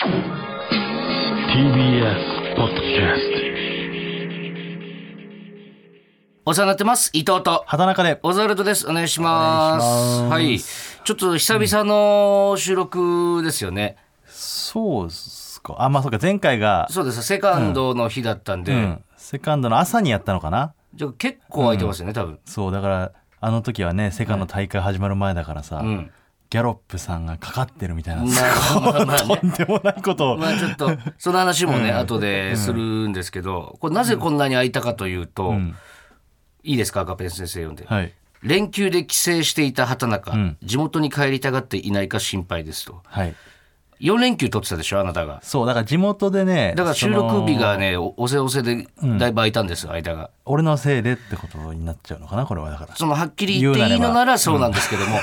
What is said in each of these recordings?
TBS ポッドキャスお世話になってます。伊藤と畑中でオズワルドです。お願いします。はい。ちょっと久々の収録ですよね。 そうですか。まあそうか、前回がそうです。セカンドの日だったんで、 セカンドの朝にやったのかな。 じゃあ結構空いてますよね、多分。 そうだから、あの時はね、セカンド大会始まる前だからさ、ギャロップさんがかかってるみたいな、とんでもないことを、 ちょっとその話もね、後でするんですけど、これなぜこんなに空いたかというと、いいですか、赤ペン先生読んで、 はい、 連休で帰省していた畑中、地元に帰りたがっていないか心配ですと。 はい、 4連休取ってたでしょ、あなたが。 そうだから地元でね、 だから収録日がね、おせおせでだいぶ空いたんですよ、間が。 俺のせいでってことになっちゃうのかな、これは。だからそのはっきり言っていいのならそうなんですけども、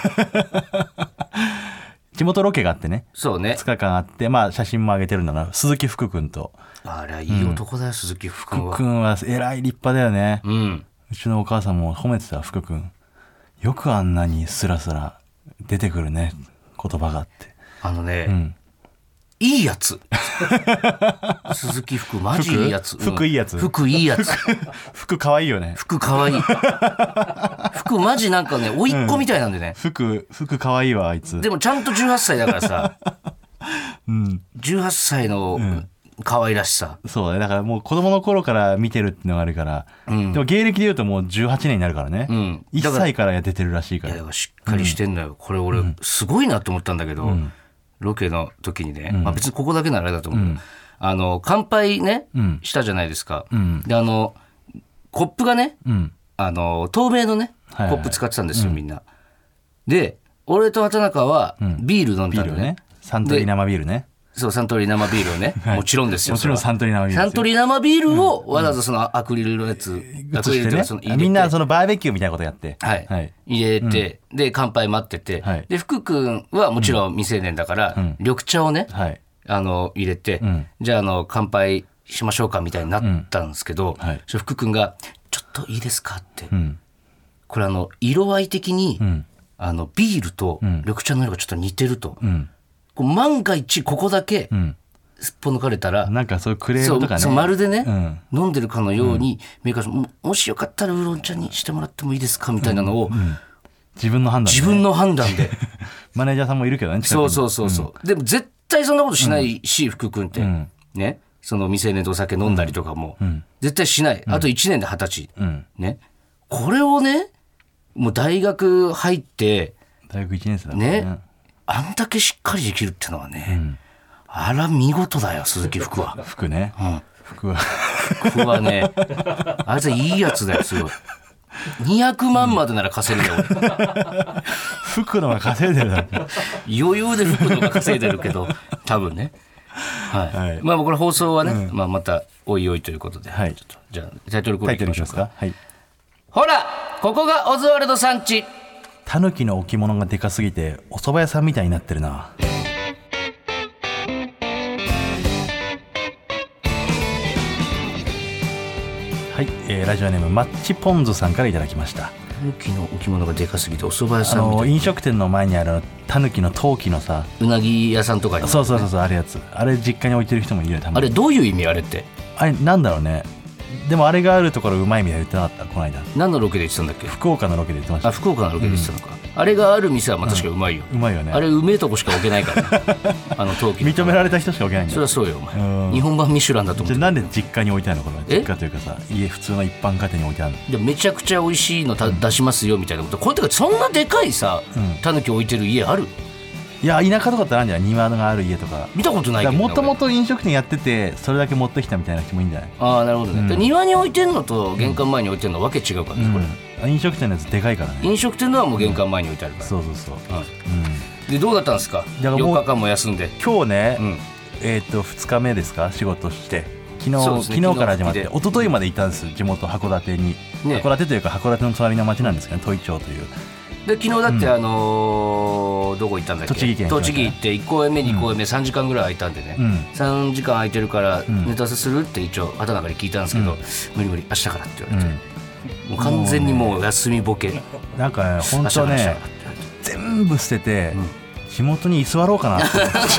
地元ロケがあってね、 そうね、 2日間あって、まあ写真も上げてるんだな、鈴木福君と。 あれはいい男だよ、鈴木福君は。 福君はえらい立派だよね。 うちのお母さんも褒めてた。福君よくあんなにスラスラ出てくるね、言葉があって。 いいやつ鈴木福マジいいやつ。 福いいやつ。 福いいやつ。 福かわいいよね。 福かわいい。福マジなんかね、甥っ子みたいなんでね。 福かわいいわ、あいつ。 でもちゃんと18歳だからさ、18歳の可愛らしさ。 そうだね。だからもう子供の頃から見てるっていうのがあるから、でも芸歴で言うともう18年になるからね。1歳から出てるらしいから。 いや、だからしっかりしてんのよ。これ俺すごいなと思ったんだけど、ロケの時にね、別にここだけならあれだと思うけど、乾杯ね、したじゃないですか。で、コップがね、透明のね、コップ使ってたんですよ、みんな。で、俺と畑中はビール飲んだんだね。 サントリー生ビールね。 そう、サントリー生ビールをね、もちろんですよ。 もちろんサントリー生ビール。 サントリー生ビールをわざわざそのアクリルのやつ、アクリルとかみんなそのバーベキューみたいなことやって。 入れて、で、乾杯待ってて、で、福君はもちろん未成年だから、緑茶をね、入れて、じゃあ、乾杯しましょうかみたいになったんですけど、福君が、ちょっといいですかって。これ色合い的に、ビールと緑茶の色がちょっと似てると。万が一ここだけすっぽ抜かれたら、 なんかそういうクレームとかね、 そうまるでね、飲んでるかのように見えるから、もしよかったらウーロン茶にしてもらってもいいですかみたいなのを、 自分の判断でマネージャーさんもいるけどね、近くに。 そうでも絶対そんなことしないし、福君ってね、その未成年とお酒飲んだりとかも絶対しない。あと1年で20歳ね、これをね、もう大学入って大学1年生だね、 あんだけしっかりできるってのはね、あら見事だよ、鈴木福は。 福ね、福はね、あいつはいいやつだよ、すごい。200万までなら稼いでるよ、 福のが稼いでるだろ。 余裕で福のが稼いでるけど、多分ね。まあこれ放送はね、またおいおいということで、じゃあタイトルコールいきましょうか。ほら、ここがオズワルドさんち。 タヌキの置物がでかすぎてお蕎麦屋さんみたいになってるな。はい、ラジオネームマッチポンズさんからいただきました。 タヌキの置物がでかすぎてお蕎麦屋さんみたいな。 飲食店の前にあるタヌキの陶器のさ、 うなぎ屋さんとかに、 そうあるやつ、あれ実家に置いてる人もいるよ、たまに。 あれどういう意味？あれってあれなんだろうね。でもあれがあるところうまいみたいな言ってなかった？この間何のロケで言ってたんだっけ？ 福岡のロケで言ってました。 福岡のロケで言ってたのか、あれがある店は確かうまいよ、 うまいよね。 あれうめえとこしか置けないから、ね、陶器認められた人しか置けないんだよ。 そりゃそうよ、お前。日本版ミシュランだと思って。 じゃあなんで実家に置いてあるの？これ実家というかさ、家普通の一般家庭に置いてあるの？ でめちゃくちゃ美味しいの出しますよみたいなこと。これってかそんなでかいさ、タヌキ置いてる家ある？ いや、田舎とかってあるんじゃない？庭がある家とか見たことないけど、 もともと飲食店やっててそれだけ持ってきたみたいな人もいいんじゃない？ ああ、なるほどね、庭に置いてんのと玄関前に置いてんのわけ違うからね、これ。 飲食店のやつでかいからね。 飲食店のはもう玄関前に置いてあるから、 そう、 でどうだったんですか？4日間も休んで。 今日ね、2日目ですか、仕事して昨日から始まって一昨日までいたんです、地元函館に、函館というか函館の隣の町なんですけど、土井町という。 で昨日だってどこ行ったんだっけ？ 栃木県。 栃木行って1公演目2公演目3時間ぐらい空いたんでね、3時間空いてるからネタ合わせするって一応畑中に聞いたんですけど、無理明日からって言われて、もう完全にもう休みボケ。 なんかね、本当ね、全部捨てて、 地元に居座ろうかなって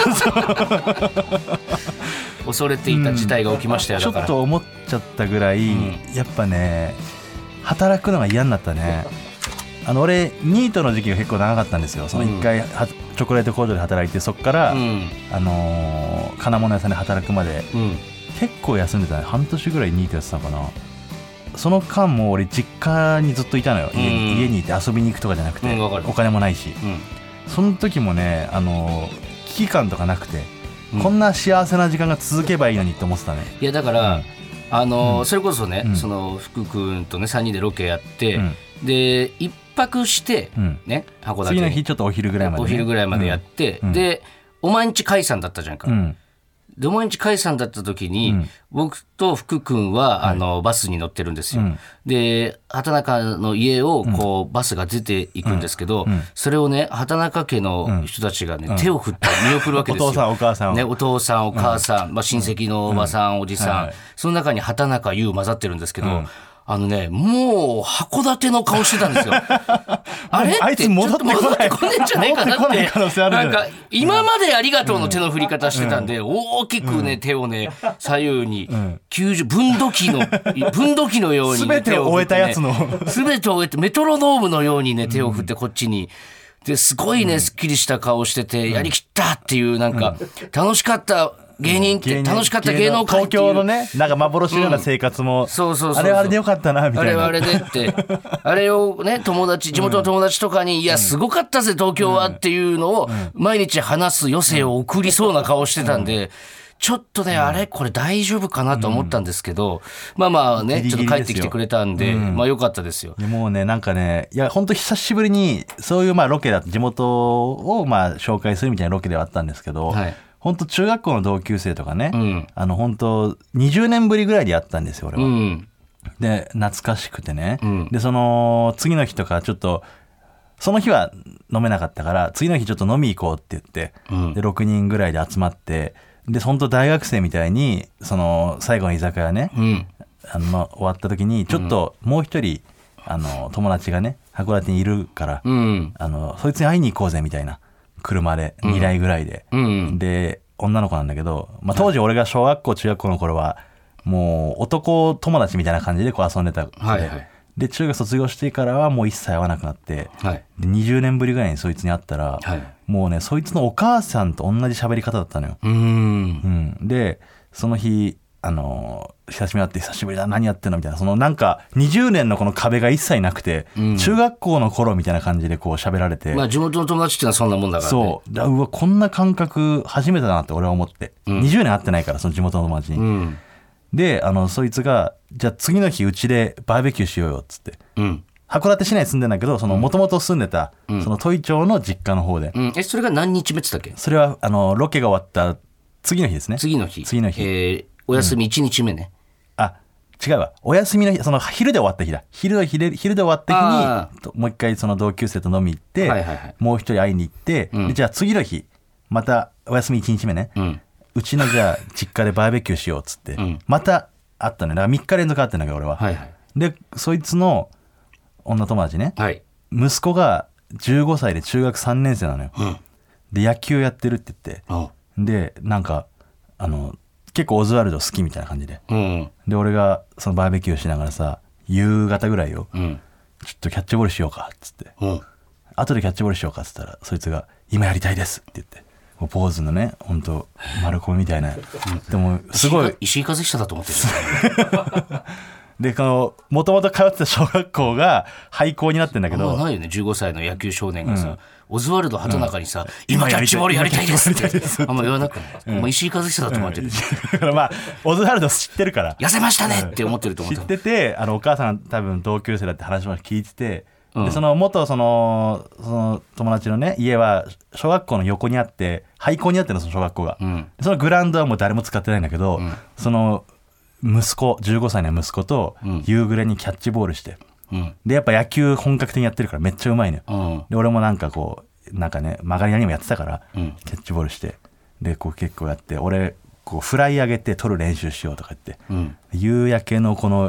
恐れていた事態が起きましたよ、 ちょっと思っちゃったぐらい、やっぱね働くのが嫌になったね。俺ニートの時期が結構長かったんですよ。その1回チョコレート工場で働いて、そこから、金物屋さんで働くまで、結構休んでたね。半年ぐらいニートやってたのかな。その間も俺実家にずっといたのよ。家にいて遊びに行くとかじゃなくて、お金もないし、その時もね危機感とかなくて、こんな幸せな時間が続けばいいのにって思ってたね。 いやだから、それこそね、その福君とね3人でロケやって、で1泊してね、函館次の日ちょっとお昼ぐらいまで、 お昼ぐらいまでやって、でお前んち解散だったじゃんか、でお前んち解散だった時に、僕と福君はバスに乗ってるんですよ、で畑中の家をこう、バスが出ていくんですけど、それをね畑中家の人たちがね、手を振って見送るわけですよ。 お父さんお母さんを、 ね、お父さんお母さん、親戚のおばさん、おじさん、その中に畑中優混ざってるんですけど、もう函館の顔してたんですよ。あれあいつ戻ってこないんじゃないかなって、 なんか今までありがとうの手の振り方してたんで、大きくね手をね左右に分度器のように、 全てを終えたやつの全てを終えてメトロノームのようにね手を振ってこっちに。ですごいねすっきりした顔してて、やりきったっていう、なんか楽しかった芸人って楽しかった芸能界っていう、 東京のねなんか幻のような生活も、あれはあれでよかったなみたいな、 あれはあれでってあれをね地元の友達とかに、いやすごかったぜ東京はっていうのを毎日話す余生を送りそうな顔してたんで、ちょっとね、あれこれ大丈夫かなと思ったんですけど、まあねちょっと帰ってきてくれたんで、良かったですよ。 もうねなんかね、いや本当久しぶりにそういうロケだと地元を紹介するみたいなロケではあったんですけど、本当中学校の同級生とかね、本当20年ぶりぐらいでやったんですよ俺は、で懐かしくてね、でその次の日とかちょっとその日は飲めなかったから次の日ちょっと飲み行こうって言って、で6人ぐらいで集まって、で本当大学生みたいにその最後の居酒屋ね、終わった時にちょっともう一人友達がね函館にいるから、そいつに会いに行こうぜみたいな、車で2台ぐらいで、で女の子なんだけど、当時俺が小学校中学校の頃はもう男友達みたいな感じでこう遊んでた子で、で中学卒業してからはもう一切会わなくなって、で20年ぶりぐらいにそいつに会ったら、もうねそいつのお母さんと同じ喋り方だったのよ。でその日久しぶりに会って久しぶりだ何やってんのみたいな、そのなんか20年のこの壁が一切なくて、中学校の頃みたいな感じでこう喋られて、 地元の友達っていうのはそんなもんだからね。 うわこんな感覚初めてだなって俺は思って、20年会ってないからその地元の友達に、でそいつがじゃあ次の日うちでバーベキューしようよっつって、函館市内に住んでんだけど、その元々住んでた、その戸井町の実家の方で、 それが何日目って言ったっけ？ それはロケが終わった次の日ですね。 次の日、お休み1日目ね、 違うわ、お休みの日、その昼で終わった日だ。昼で終わった日にもう一回その同級生と飲み行って、もう一人会いに行って、でじゃあ次の日またお休み1日目ね、うちのじゃあ実家でバーベキューしようっつって、また会ったね。だから3日連続会ってんだけど俺は、でそいつの女友達ね、息子が15歳で中学3年生なのよ、で野球やってるって言って、でなんか結構オズワルド好きみたいな感じで、で俺がそのバーベキューしながらさ、夕方ぐらいよ、ちょっとキャッチボールしようかっつって、後でキャッチボールしようかっつったら、そいつが今やりたいですって言って、ポーズのね本当丸込みみたいな、でもすごい石井和久だと思ってるでもともと通ってた小学校が廃校になってんだけど、 ないよね15歳の野球少年がさ、オズワルド畑中にさ、今キャッチボールやりたいですってあんま言わなくない？石井和久だと思ってる。 だからオズワルド知ってるから痩せましたねって思ってると思って。 知ってて、お母さん多分同級生だって話も聞いてて、でその元その友達のね家は小学校の横にあって廃校にあってのその小学校が、そのグラウンドはもう誰も使ってないんだけど、その息子15歳の息子と夕暮れにキャッチボールして、でやっぱ野球本格的にやってるからめっちゃうまいのよ、で俺もなんかこうなんかね曲がりなりにもやってたから、キャッチボールしてでこう結構やって、俺こうフライ上げて取る練習しようとか言って、夕焼けのこの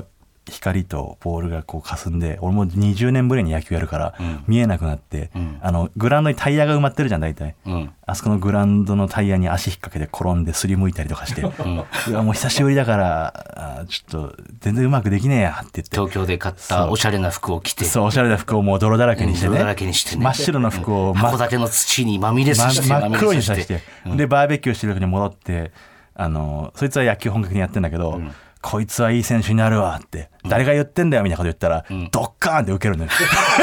光とボールがこう霞んで、俺も20年ぶりに野球やるから見えなくなって、グラウンドにタイヤが埋まってるじゃん大体、あそこのグラウンドのタイヤに足引っ掛けて転んですりむいたりとかして、うわもう久しぶりだからちょっと全然うまくできねえやって言って、 東京で買ったおしゃれな服を着て、 そうおしゃれな服をもう泥だらけにしてね、 泥だらけにしてね、 真っ白な服を函館の土にまみれさせて、 真っ黒にさせて、でバーベキューしてる時に戻って、そいつは野球本格的にやってんだけど、こいつはいい選手になるわって、誰が言ってんだよみたいなこと言ったら、ドッカーンって受けるのよ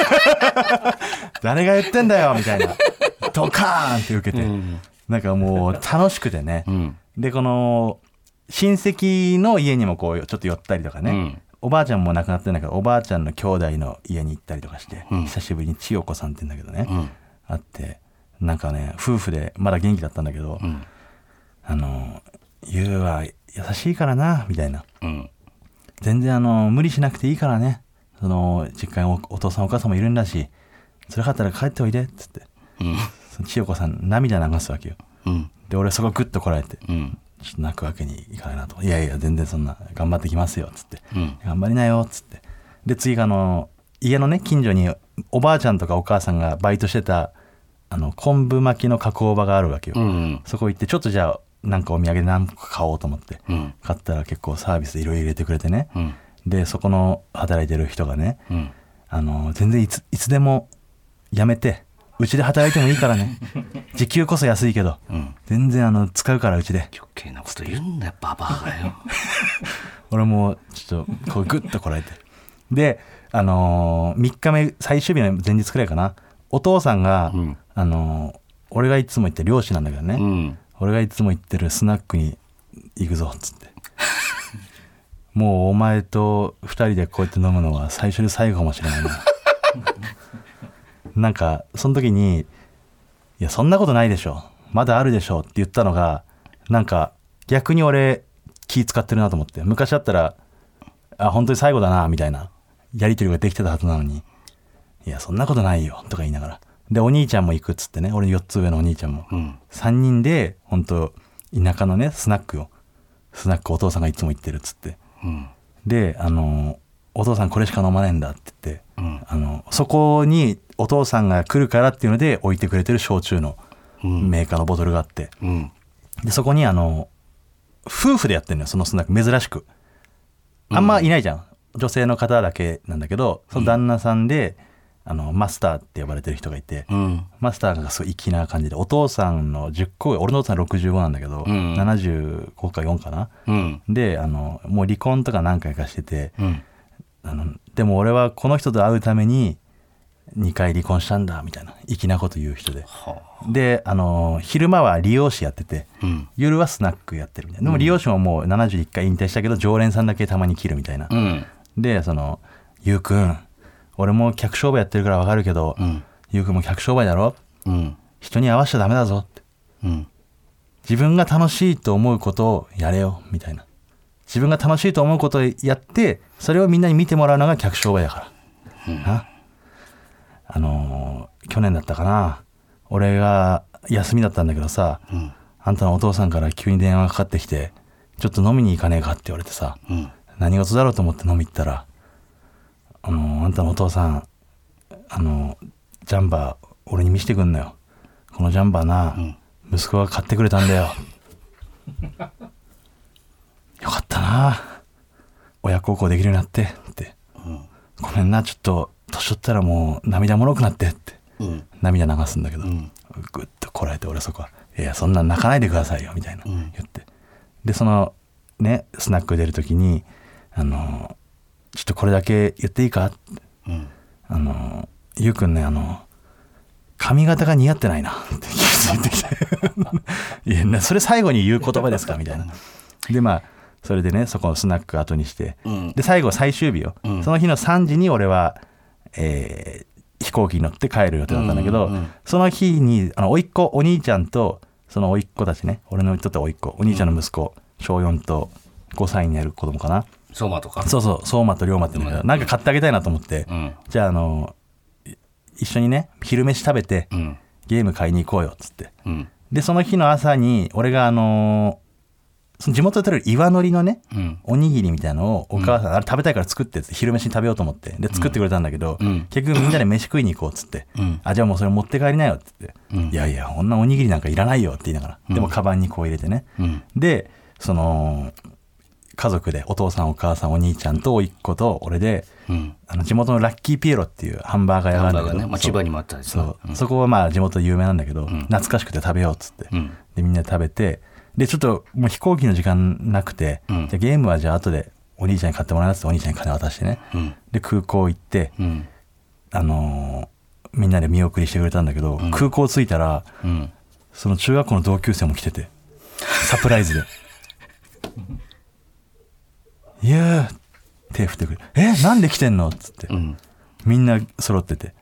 誰が言ってんだよみたいな、ドカーンって受けて、なんかもう楽しくてね、でこの親戚の家にもこうちょっと寄ったりとかね、おばあちゃんも亡くなってるんだけど、おばあちゃんの兄弟の家に行ったりとかして、久しぶりに千代子さんって言うんだけどね、会って、なんかね夫婦でまだ元気だったんだけど、ゆうは優しいからなみたいな、全然無理しなくていいからね、その実家に お父さんお母さんもいるんだし、辛かったら帰っておいでっつって、その千代子さん涙流すわけよ、で俺そこグッとこらえて、ちょっと泣くわけにいかないなと、いやいや全然そんな頑張ってきますよっつって、頑張りなよっつって、で次が家のね近所におばあちゃんとかお母さんがバイトしてた昆布巻きの加工場があるわけよ、そこ行って、ちょっとじゃあなんかお土産で何個か買おうと思って、買ったら結構サービスでいろいろ入れてくれてね、でそこの働いてる人がね、全然いつでも辞めてうちで働いてもいいからね時給こそ安いけど、全然使うからうちで。 余計なこと言うんだよババアがよ俺もちょっとこうグッとこらえて、で3日目最終日の前日くらいかな、お父さんが、俺がいつも行って漁師なんだけどね、俺がいつも行ってるスナックに行くぞっつってもうお前と2人でこうやって飲むのは最初で最後かもしれないななんかその時に、いやそんなことないでしょまだあるでしょって言ったのが、なんか逆に俺気使ってるなと思って、昔だったら本当に最後だなみたいなやり取りができてたはずなのに、いやそんなことないよとか言いながら、でお兄ちゃんも行くっつってね、俺4つ上のお兄ちゃんも、3人で本当田舎のねスナックお父さんがいつも行ってるっつって、でお父さんこれしか飲まないんだって言って、そこにお父さんが来るからっていうので置いてくれてる焼酎のメーカーのボトルがあって、でそこに夫婦でやってるのよそのスナック、珍しくあんまいないじゃん、女性の方だけなんだけど、その旦那さんで、マスターって呼ばれてる人がいて、マスターがすごい粋な感じで、お父さんの10個上、俺のお父さん65なんだけど、75か4かな、でもう離婚とか何回かしてて、でも俺はこの人と会うために2回離婚したんだみたいな粋なこと言う人で、で昼間は理容師やってて、夜はスナックやってるみたいな、でも理容師ももう71回引退したけど常連さんだけたまに切るみたいな、でゆうくん俺も客商売やってるから分かるけど、ゆうくんも客商売だろ、人に合わしちゃダメだぞって、自分が楽しいと思うことをやれよみたいな、自分が楽しいと思うことをやってそれをみんなに見てもらうのが客商売だから、去年だったかな、俺が休みだったんだけどさ、あんたのお父さんから急に電話がかかってきて、ちょっと飲みに行かねえかって言われてさ、何事だろうと思って飲み行ったら、あんたのお父さんジャンバー俺に見せてくんのよ、このジャンバーな、息子が買ってくれたんだよよかったな親孝行できるようになってって、ごめんなちょっと年取ったらもう涙もろくなってって、涙流すんだけど、ぐっとこらえて俺そこは、いやそんなん泣かないでくださいよみたいな言って、でそのねスナック出る時にちょっとこれだけ言っていいかって、ゆうくんね髪型が似合ってないなって言ってきていやそれ最後に言う言葉ですかみたいな、でまあそれでねそこのスナック後にして、で最後最終日よ、その日の3時に俺は、飛行機に乗って帰る予定だったんだけど、その日に甥っ子お兄ちゃんとその甥っ子たちね、俺のとって甥っ子お兄ちゃんの息子、小4と5歳になる子供かな、 相馬とか、 そう相馬と龍馬って言うんだけど、なんか買ってあげたいなと思って、じゃあ一緒にね昼飯食べて、ゲーム買いに行こうよっつって、でその日の朝に俺がその地元で取れる岩のりのね、おにぎりみたいなのをお母さん、あれ食べたいから作ってって昼飯に食べようと思ってで作ってくれたんだけど、結局みんなで飯食いに行こうっつって、あじゃあもうそれ持って帰りなよって言って、いやいやこんなおにぎりなんかいらないよって言いながら、でもカバンにこう入れてね、でその家族でお父さんお母さんお兄ちゃんと甥っ子と俺で、地元のラッキーピエロっていうハンバーガー屋があるんだけど、 千葉にもあったですね。 そこはまあ地元で有名なんだけど、懐かしくて食べようっつって、でみんなで食べて、でちょっともう飛行機の時間なくて、じゃあゲームはじゃあ後でお兄ちゃんに買ってもらいますってお兄ちゃんに金渡してね、で空港行って、みんなで見送りしてくれたんだけど、空港着いたら、その中学校の同級生も来ててサプライズでいやー手振ってくれなんで来てんのっつって、みんな揃ってて、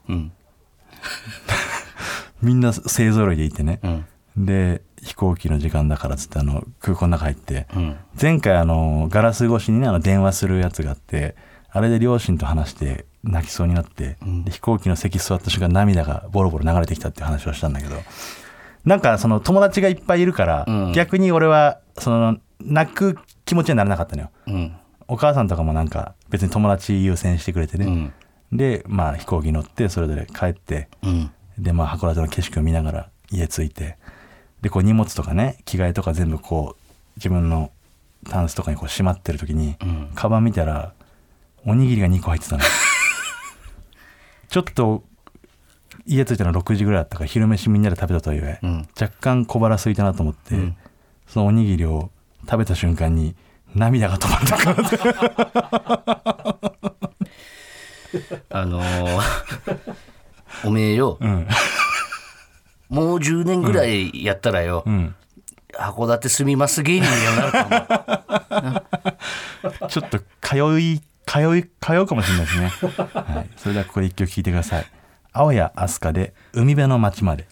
みんな勢ぞろいでいてね、で飛行機の時間だからっつって空港の中入って、前回ガラス越しにね電話するやつがあって、あれで両親と話して泣きそうになって、で飛行機の席座った瞬間涙がボロボロ流れてきたっていう話をしたんだけど、なんかその友達がいっぱいいるから、逆に俺はその泣く気持ちにならなかったのよ、お母さんとかもなんか別に友達優先してくれてね、でまあ飛行機乗ってそれぞれ帰って、でまあ函館の景色を見ながら家着いて、でこう荷物とかね着替えとか全部こう自分のタンスとかにこうしまってる時に、カバン見たらおにぎりが2個入ってたのちょっと家着いたの6時ぐらいだったから昼飯みんなで食べたとはいえ、若干小腹空いたなと思って、そのおにぎりを食べた瞬間に涙が止まったからおめえよ、もう10年ぐらいやったらよ、函館住みます芸人になるかもちょっと通うかもしれないですね、はい、それではここで一曲聴いてください。青谷飛鳥で海辺の街まで。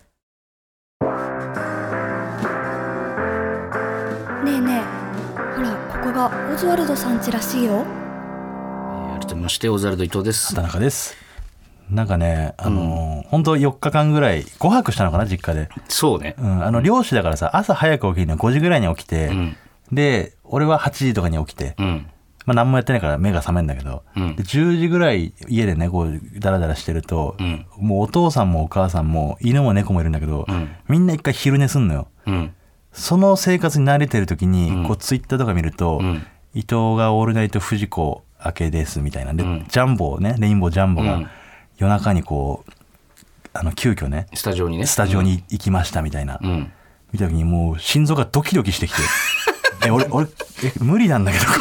ねえねえ、ほらここがオズワルドさん家らしいよ。 改めましてオズワルド伊藤です。 畑中です。なんかね本当4日間ぐらい5泊したのかな実家で。 そうね、 漁師だからさ朝早く起きるの5時ぐらいに起きて、で俺は8時とかに起きて、まあ、何もやってないから目が覚めるんだけど、で10時ぐらい家でねこうダラダラしてると、もうお父さんもお母さんも犬も猫もいるんだけど、みんな一回昼寝すんのよ、その生活に慣れてる時に、こうツイッターとか見ると、伊藤がオールナイトフジコ明けですみたいなで、ジャンボねレインボージャンボが夜中にこう急遽ねスタジオに行きましたみたいな、見た時にもう心臓がドキドキしてきて俺無理なんだけど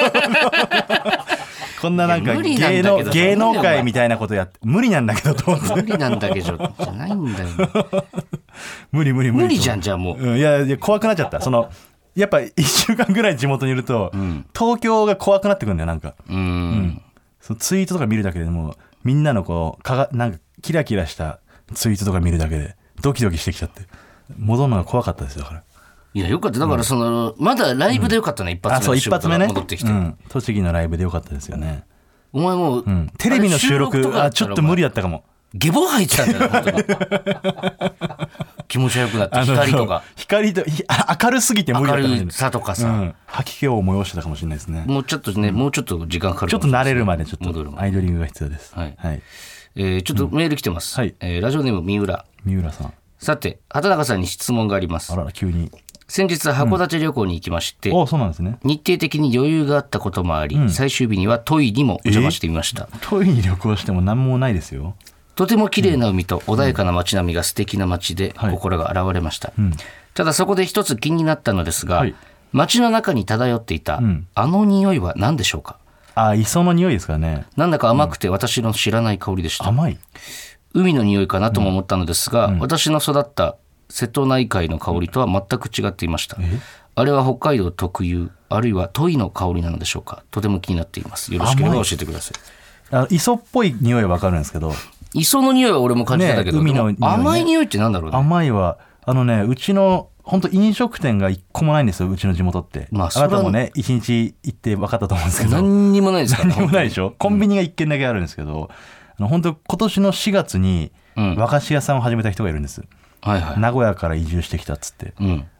こんななんか芸能界みたいなことやって無理なんだけどと思って無理なんだけどじゃないんだよ無理じゃんじゃあもう、 いや怖くなっちゃった。そのやっぱ1週間ぐらい地元にいると、東京が怖くなってくるんだよなんか、そのツイートとか見るだけでもみんなのこうなんかキラキラしたツイートとか見るだけでドキドキしてきちゃって戻るのが怖かったですよ。だからいやよかった。だからその、まだライブでよかったね、一発目の仕事が戻ってきて、 栃木のライブでよかったですよね。 お前もう、 テレビの収録ちょっと無理だったかも。 ゲボ吐いてたんだよ本当に気持ち悪くなって光とか明るすぎて無理だった明るさとかさ、 吐き気を催してたかもしれないですね。 もうちょっとね、もうちょっと時間かかるちょっと慣れるまでちょっとアイドリングが必要です。はい、 ちょっとメール来てます、ラジオネーム三浦さん。さて畑中さんに質問があります。 あら急に。 先日函館旅行に行きまして、 そうなんですね。 日程的に余裕があったこともあり、最終日にはトイにもお邪魔してみました。 トイに旅行しても何もないですよ。 とても綺麗な海と穏やかな街並みが素敵な街で心が洗われました、ただそこで一つ気になったのですが、街の中に漂っていた、あの匂いは何でしょうか。 磯の匂いですかね。 なんだか甘くて私の知らない香りでした。 甘い海の匂いかなとも思ったのですが、私の育った瀬戸内海の香りとは全く違っていました。あれは北海道特有あるいはトイの香りなのでしょうか。とても気になっています。よろしければ教えてください。磯っぽい匂いは分かるんですけど、 磯の匂いは俺も感じてたけど、 海の匂いね、 甘い匂いってなんだろうね。 甘いはうちの本当飲食店が一個もないんですようちの地元って、あなたもね一日行って分かったと思うんですけど何にもないですから、 何にもないでしょ。コンビニが1軒だけあるんですけど、本当今年の4月に和菓子屋さんを始めた人がいるんです、名古屋から移住してきたっつって、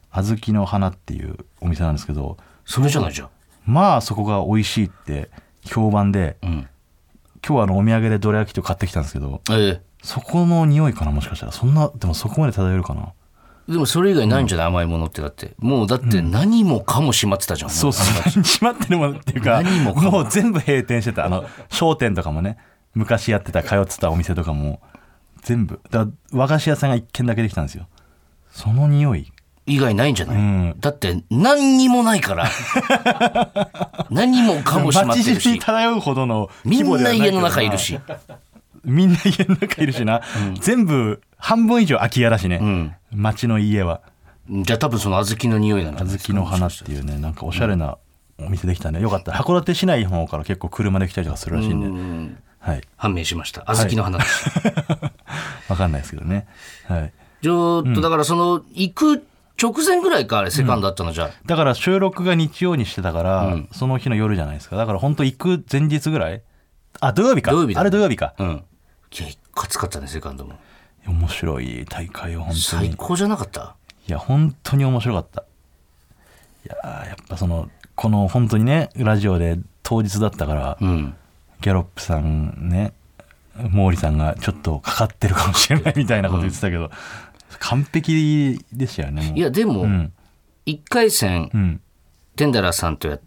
小豆の花っていうお店なんですけど、 それじゃないじゃん。 まあそこが美味しいって評判で、今日はお土産でどら焼きと買ってきたんですけど、そこの匂いかな、もしかしたら。でもそこまで漂えるかな。 でもそれ以外ないんじゃない、甘いものって。だってもう何もかも閉まってたじゃん。 そう閉まってるものっていうか、もう全部閉店してた。商店とかもね、昔やってた通ってたお店とかも全部和菓子屋さんが1軒だけできたんですよ。その匂い以外ないんじゃない、だって何にもないから何もかも閉まってるし、 街中に漂うほどのみんな家の中いるしみんな家の中いるしな、全部半分以上空き家だしね、街の家は。 じゃあ多分その小豆の匂いなんじゃないですか。 小豆の花っていうね、なんかおしゃれなお店できたね。よかった。函館市内の方から結構車で来たりとかするらしいんで、はい、 判明しました。小豆の花です。 わかんないですけどね。はい。 ちょっとだから行く直前ぐらいか、あれセカンドだったのじゃ、 だから収録が日曜にしてたから、その日の夜じゃないですか。だから本当行く前日ぐらい。土曜日か。あれ土曜日か。 いや、一括使ったね、セカンドも。 面白い大会を本当に。 最高じゃなかった？ いや本当に面白かった。いややっぱこの本当にね、ラジオで当日だったから、ギャロップさんね、毛利さんがちょっとかかってるかもしれないみたいなこと言ってたけど、完璧でしたよね。 いやでも、1回戦、テンダラーさんとやって、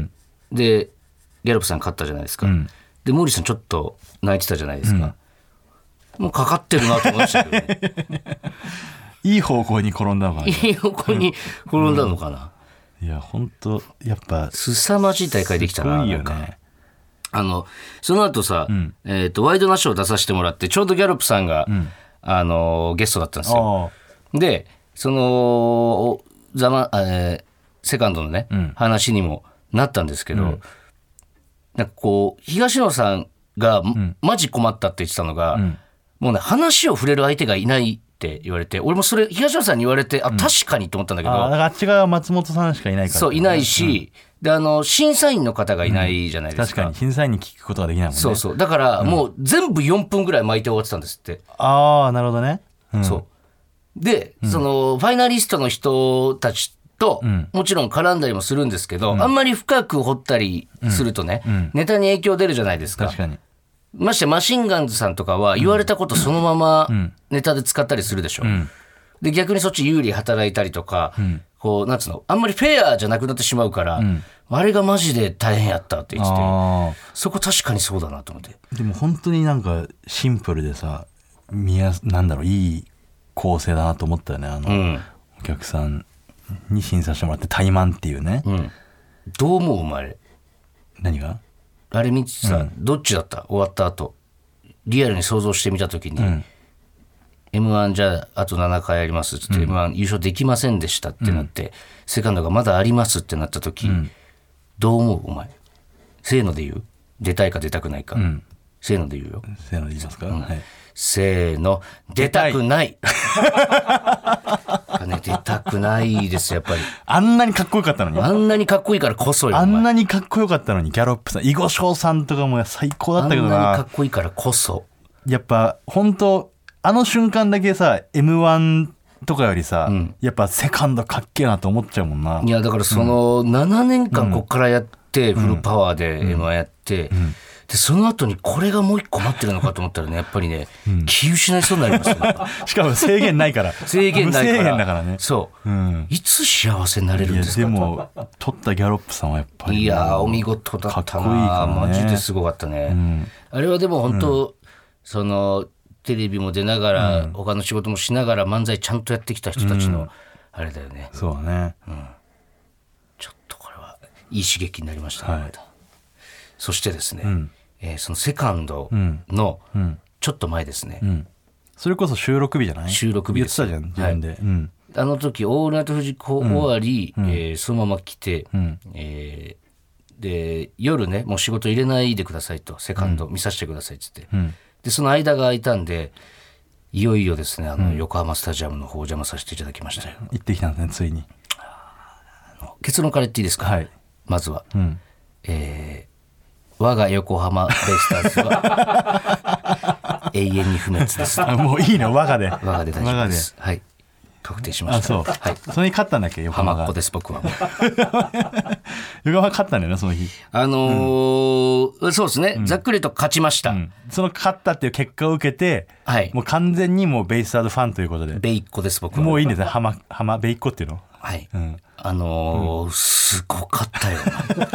でギャロップさん勝ったじゃないですか、で毛利さんちょっと泣いてたじゃないですか、もうかかってるなと思いましたけどねいい方向に転んだのかな。 いい方向に転んだのかな、 いや本当やっぱ凄まじい大会できたな。 すごいよね。 その後さ、ワイドナショー出させてもらって、ちょうどギャロップさんが、ゲストだったんですよ。でセカンドのね、話にもなったんですけど、なんかこう東野さんが、マジ困ったって言ってたのが、もうね話を触れる相手がいないって言われて、俺もそれ東野さんに言われて、確かにと思ったんだけど、 あっち側は松本さんしかいないから、ね、 そういないし、で審査員の方がいないじゃないですか、 確かに審査員に聞くことができないもんね。 そうだからもう全部4分ぐらい巻いて終わってたんですって。 ああなるほどね、 そうで、ファイナリストの人たちと、もちろん絡んだりもするんですけど、あんまり深く掘ったりするとね、ネタに影響出るじゃないですか。 確かに。 ましてマシンガンズさんとかは言われたことそのままネタで使ったりするでしょ、で逆にそっち有利働いたりとか、こうなんつうの、あんまりフェアじゃなくなってしまうから、あれがマジで大変やったって言ってて、そこ確かにそうだなと思って。 でも本当になんかシンプルでさ、なんだろう、いい構成だなと思ったよね。お客さんに審査してもらって怠慢っていうね、 どう思うお前？ 何が？ あれ見てさ、どっちだった？終わった後リアルに想像してみた時に、M1 じゃあと7回やりますって言って、M1 優勝できませんでしたってなって、セカンドがまだありますってなった時、どう思うお前？せーので言う？出たいか出たくないか、せーので言うよ。 せーので言いますか、はい、 せーの、出たくないね、出たくないですやっぱり。 あんなにかっこよかったのに。 あんなにかっこいいからこそよ。 あんなにかっこよかったのに、ギャロップさん、囲碁将さんとかも最高だったけどな。 あんなにかっこいいからこそ。 やっぱ本当あの瞬間だけさ、 M1 とかよりさ、やっぱセカンドかっけえなと思っちゃうもんな。 いやだからその7年間こっからやって、フルパワーで M1 やって、でその後にこれがもう一個待ってるのかと思ったらね、やっぱりね、気失いそうになりますねしかも制限ないから制限ないから無制限だからね。 そう、いつ幸せになれるんですか。 でも取ったギャロップさんはやっぱり、 いやお見事だったな。 かっこいいからね。 マジですごかったね、あれはでも本当、そのテレビも出ながら、他の仕事もしながら漫才ちゃんとやってきた人たちの、あれだよね。 そうだね、 ちょっとこれはいい刺激になりましたね、また。そしてですね、そのセカンドのちょっと前ですね、 それこそ収録日じゃない？収録日です。言ってたじゃん自分で、 あの時オールナイトフジコ終わり、そのまま来て、で夜ね、もう仕事入れないでくださいと、セカンド見させてくださいっつって、でその間が空いたんで、いよいよですね、横浜スタジアムの方を邪魔させていただきましたよ。 行ってきたんですね、ついに。 結論から言っていいですか？まずは、我が横浜ベイスターズは永遠に不滅です。 もういいの、我がで。 我がで大丈夫です。はい。 確定しました。 そう、はい、それに勝ったんだっけ、横浜が。 浜っ子です僕は。 横浜勝ったんだよね、その日。 そうですね、ざっくりと勝ちました。 その勝ったっていう結果を受けて、はい、もう完全にもうベイスターズファンということで。 ベイっ子です僕は。 もういいんですね、浜ベイっ子っていうの。 はい、すごかったよ。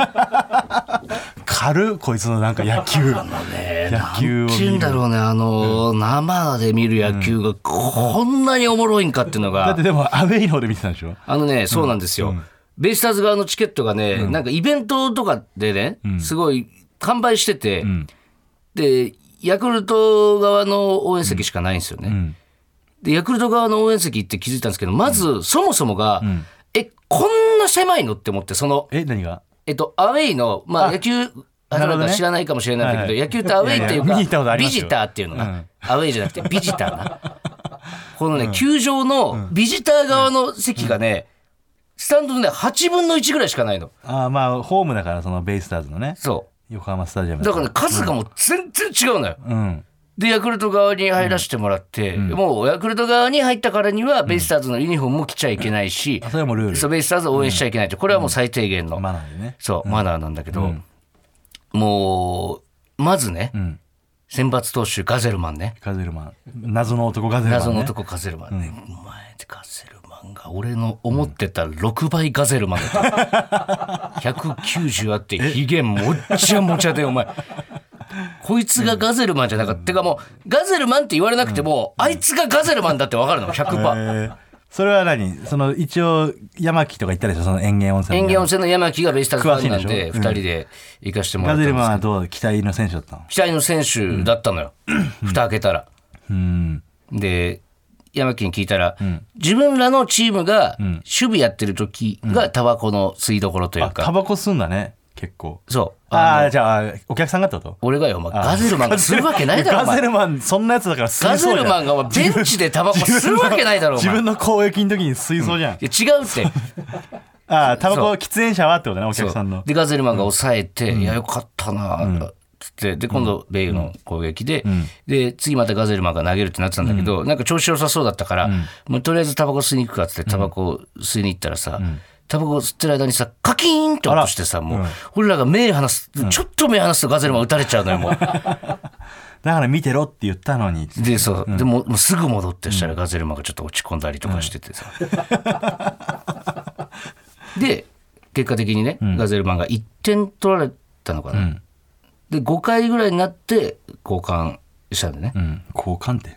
軽こいつのなんか野球。 野球を見る。なんて言うんだろうね、生で見る野球がこんなにおもろいんかっていうのが。 だってでもアウェイの方で見てたんでしょ。 そうなんですよ。ベイスターズ側のチケットがね、なんかイベントとかでね、すごい完売してて、でヤクルト側の応援席しかないんですよね。でヤクルト側の応援席って気づいたんですけど、まずそもそもが、こんな狭いのって思って、 何がアウェイの、野球知らないかもしれないんだけど、野球ってアウェイっていうかビジターっていうのが、アウェイじゃなくてビジターな。このね、球場のビジター側の席がね、スタンドのね8分の1ぐらいしかないの。 まあホームだから、そのベイスターズのね、 そう横浜スタジアムだからね、数がもう全然違うのよ。でヤクルト側に入らせてもらって、もうヤクルト側に入ったからにはベイスターズのユニフォームも着ちゃいけないし、 それもルール。 そう、ベイスターズを応援しちゃいけないと、これはもう最低限の、 マナーでね。 そう、マナーなんだけど、もうまずね、先発投手ガゼルマンね。 ガゼルマン、謎の男ガゼルマンね。 謎の男ガゼルマンね。お前ガゼルマンが俺の思ってた6倍ガゼルマンだった。190あってヒゲもっちゃもちゃで、お前こいつがガゼルマンじゃなかった。てかもうガゼルマンって言われなくても、あいつがガゼルマンだって分かるの 100%。 それは何、一応山木とか行ったでしょ、その園芸温泉の山木がベイスターズファンなんで2人で行かしてもらったんですけど、 ガゼルマンはどう、期待の選手だったの？ 期待の選手だったのよ、蓋開けたら。で山木に聞いたら、自分らのチームが守備やってる時がタバコの吸いどころというか。 タバコ吸うんだね結構。 そう。 じゃあお客さんがってこと？ 俺がよ、ガゼルマンが吸うわけないだろ。 ガゼルマンそんなやつだから吸いそうじゃん。 ガゼルマンがベンチでタバコ吸うわけないだろ。 自分の攻撃の時に吸いそうじゃん。 いや違うって。 タバコ喫煙者はってことね、お客さんの。 でガゼルマンが抑えて、いやよかったなつって、で今度ベイの攻撃で、で次またガゼルマンが投げるってなってたんだけど、なんか調子良さそうだったから、もうとりあえずタバコ吸いに行くかっつってタバコ吸いに行ったらさ、タバコ吸ってる間にさカキーンって音してさ、もう俺らが目離す、ちょっと目離すとガゼルマン撃たれちゃうのよもう。 だから見てろって言ったのに。 でそう、でもうすぐ戻ってしたらガゼルマンがちょっと落ち込んだりとかしててさ、で結果的にね、ガゼルマンが1点取られたのかな、で5回ぐらいになって交換したんでね、 交換って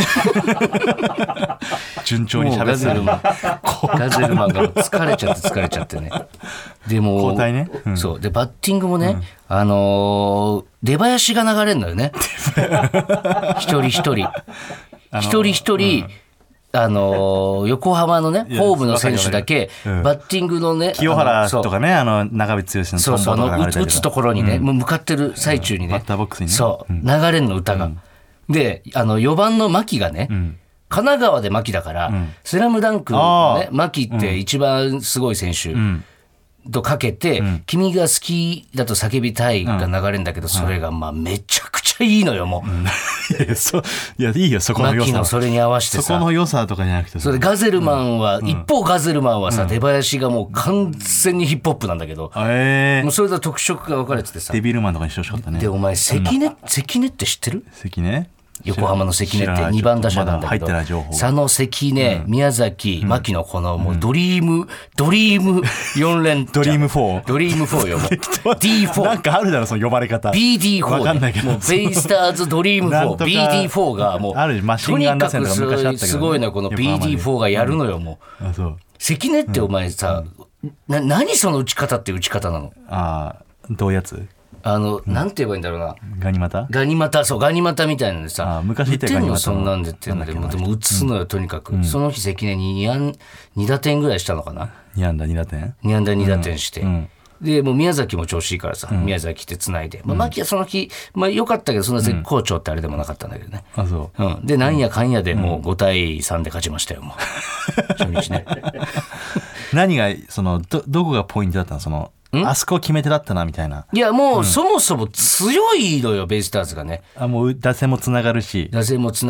順調に喋ってガゼルマンが疲れちゃってね。でも交代ね、 そうでバッティングもね、出囃子が流れるのよね。一人一人横浜のねホームの選手だけバッティングのね、 清原とかね、長渕剛のトンボとか流れたりとか、 打つところにね、もう向かってる最中にね、 バッターボックスにね、 そう流れんの歌が、で4番の牧がね、神奈川で牧だから、スラムダンクのね牧って一番すごい選手とかけて、君が好きだと叫びたいが流れるんだけど、それがまあめちゃくちゃいいのよもう。 いやいいよ、そこの良さ。 牧のそれに合わせてさ、 そこの良さとかじゃなくて、 それガゼルマンは、一方ガゼルマンはさ、出囃子がもう完全にヒップホップなんだけど、もうそれと特色が分かれててさ、 デビルマンとかにしてほしかったね。 でお前関根って知ってる？ 関根、 横浜の関根って2番打者なんだけど、佐野、関根、宮崎、牧のこのもうドリーム4連ドリーム4 よもうD4 なんかあるだろその呼ばれ方。 BD4 わかんないけど、 もうベイスターズドリーム 4BD4 がもうあるマシンガン打線とか昔あったけど、ね、 すごいのこの BD4 がやるのよもう。そう関根ってお前さ、何その打ち方って打ち方なの？ どういうやつ？ なんて言えばいいんだろうな。 ガニ股そうガニ股みたいなのでさ、 昔言ったガニ股そんなんでってんだけど、でも打つのよとにかく、その日関根に2打点ぐらいしたのかな。 2安打2打点 2安打2打点して、でもう宮崎も調子いいからさ、宮崎ってつないで、牧はその日良かったけどそんな絶好調ってあれでもなかったんだけどね。でなんやかんやでもう5対3で勝ちましたよもう。初日ね。 何がどこがポイントだったの？ あそこ決め手だったなみたいな。 いやもうそもそも強いのよベイスターズがね。 もう打線もつながるし、で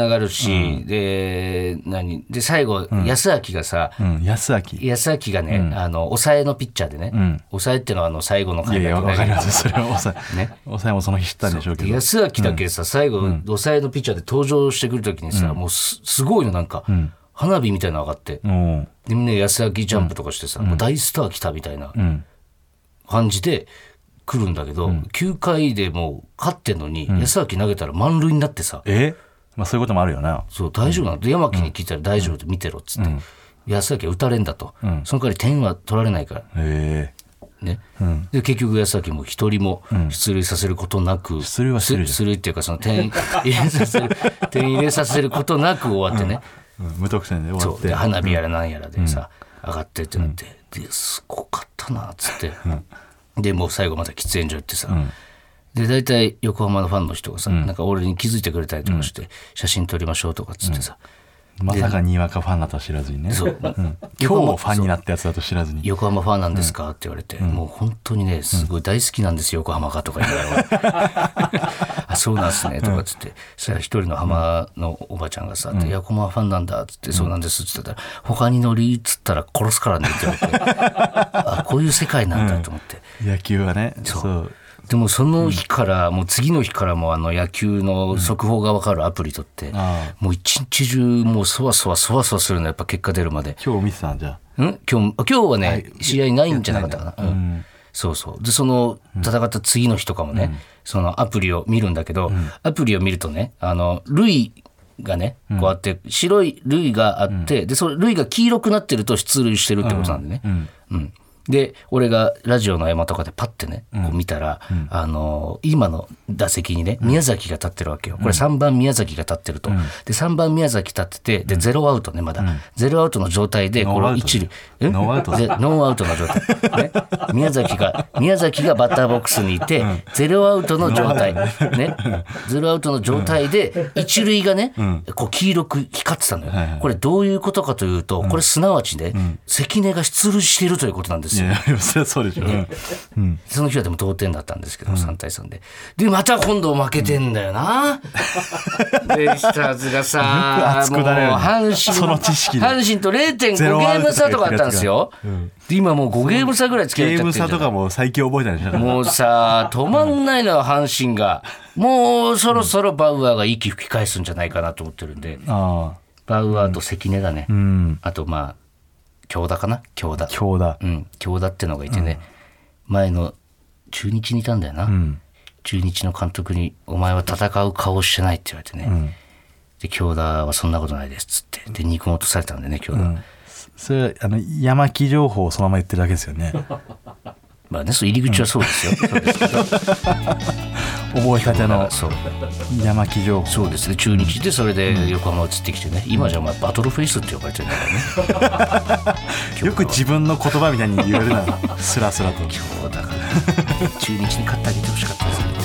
最後、安明がさ、 安明がね、抑えのピッチャーでね、抑えってのは最後の回だけ。 いやわかります。それは抑えもその日知ったんでしょうけど、 安明だけさ最後、抑えのピッチャーで登場してくるときにさ、もうすごいのなんか、花火みたいなの上がって、でみんな安明ジャンプとかしてさ、もう大スター来たみたいな感じで来るんだけど、9回でもう勝ってんのに、安明投げたら満塁になってさ、 そういうこともあるよな。 そう大丈夫なの、山木に聞いたら大丈夫で見てろっつって、安明打たれんだと、その代わり点は取られないから、ね、で結局安明も一人も出塁させることなく、出塁っていうかその点入れさせることなく終わってね、 無得点で終わって、 で花火やらなんやらでさ、上がってってなって、ですごかったなっつって、でもう最後また喫煙所行ってさ、で大体横浜のファンの人がさ、なんか俺に気づいてくれたりとかして、写真撮りましょうとかっつってさ、 まさかにわかファンだとは知らずにね。そう、今日もファンになったやつだと知らずに。 横浜ファンなんですかって言われて、もう本当にねすごい大好きなんですよ、横浜がとか言いながらあそうなんですねとかっつって、そしたら一人の浜のおばちゃんがさ、横浜ファンなんだっつって、そうなんですっつってたら、他に乗りっつったら殺すからねって言われてあこういう世界なんだと思って、 野球はね。そうでもその日から、もう次の日からも野球の速報が分かるアプリ取って、もう一日中もうそわそわするのやっぱ結果出るまで。 今日見てたんじゃ今日はね、試合ないんじゃなかったかな。そうそう。でその戦った次の日とかもね、そのアプリを見るんだけど、アプリを見るとね、塁がねこうあって、白い塁があって、でその塁が黄色くなってると出塁してるってことなんでね。で俺がラジオの山とかでパッてねこう見たら、今の打席にね宮崎が立ってるわけよ。これ3番宮崎が立ってると、で3番宮崎立ってて、で0アウトね、まだ0アウトの状態でこの一塁ノーアウトの状態、ね、宮崎がバッターボックスにいて、0アウトの状態ね、0アウトの状態で一塁がねこう黄色く光ってたのよ。これどういうことかというと、これすなわちね関根が出塁しているということなんです。 いやそりゃそうでしょ、 その日はでも同点だったんですけど、3対3でまた今度負けてんだよな、ベイスターズがさもう阪神と 0.5 ゲーム差とかあったんですよ、で今もう5ゲーム差ぐらいつけられちゃってるじゃん。 ゲーム差とかも最強覚えたんでしょ。 もうさ止まんないのよ阪神が。もうそろそろバウアーが息吹き返すんじゃないかなと思ってるんで、バウアーと関根だね、あと京田かな、京田ってのがいてね、前の中日にいたんだよな、中日の監督にお前は戦う顔してないって言われてね、で京田はそんなことないですっつってで肉も落とされたんでね京田、 それ山木情報をそのまま言ってるだけですよね。 まあね、そう入り口はそうですよ、そうですけど覚えたての山木情報。 そうですね、中日でそれで横浜移ってきてね、今じゃお前バトルフェイスって呼ばれてるんだからねよく自分の言葉みたいに言えるなスラスラと。 今日だから中日に勝ってあげてほしかったですね。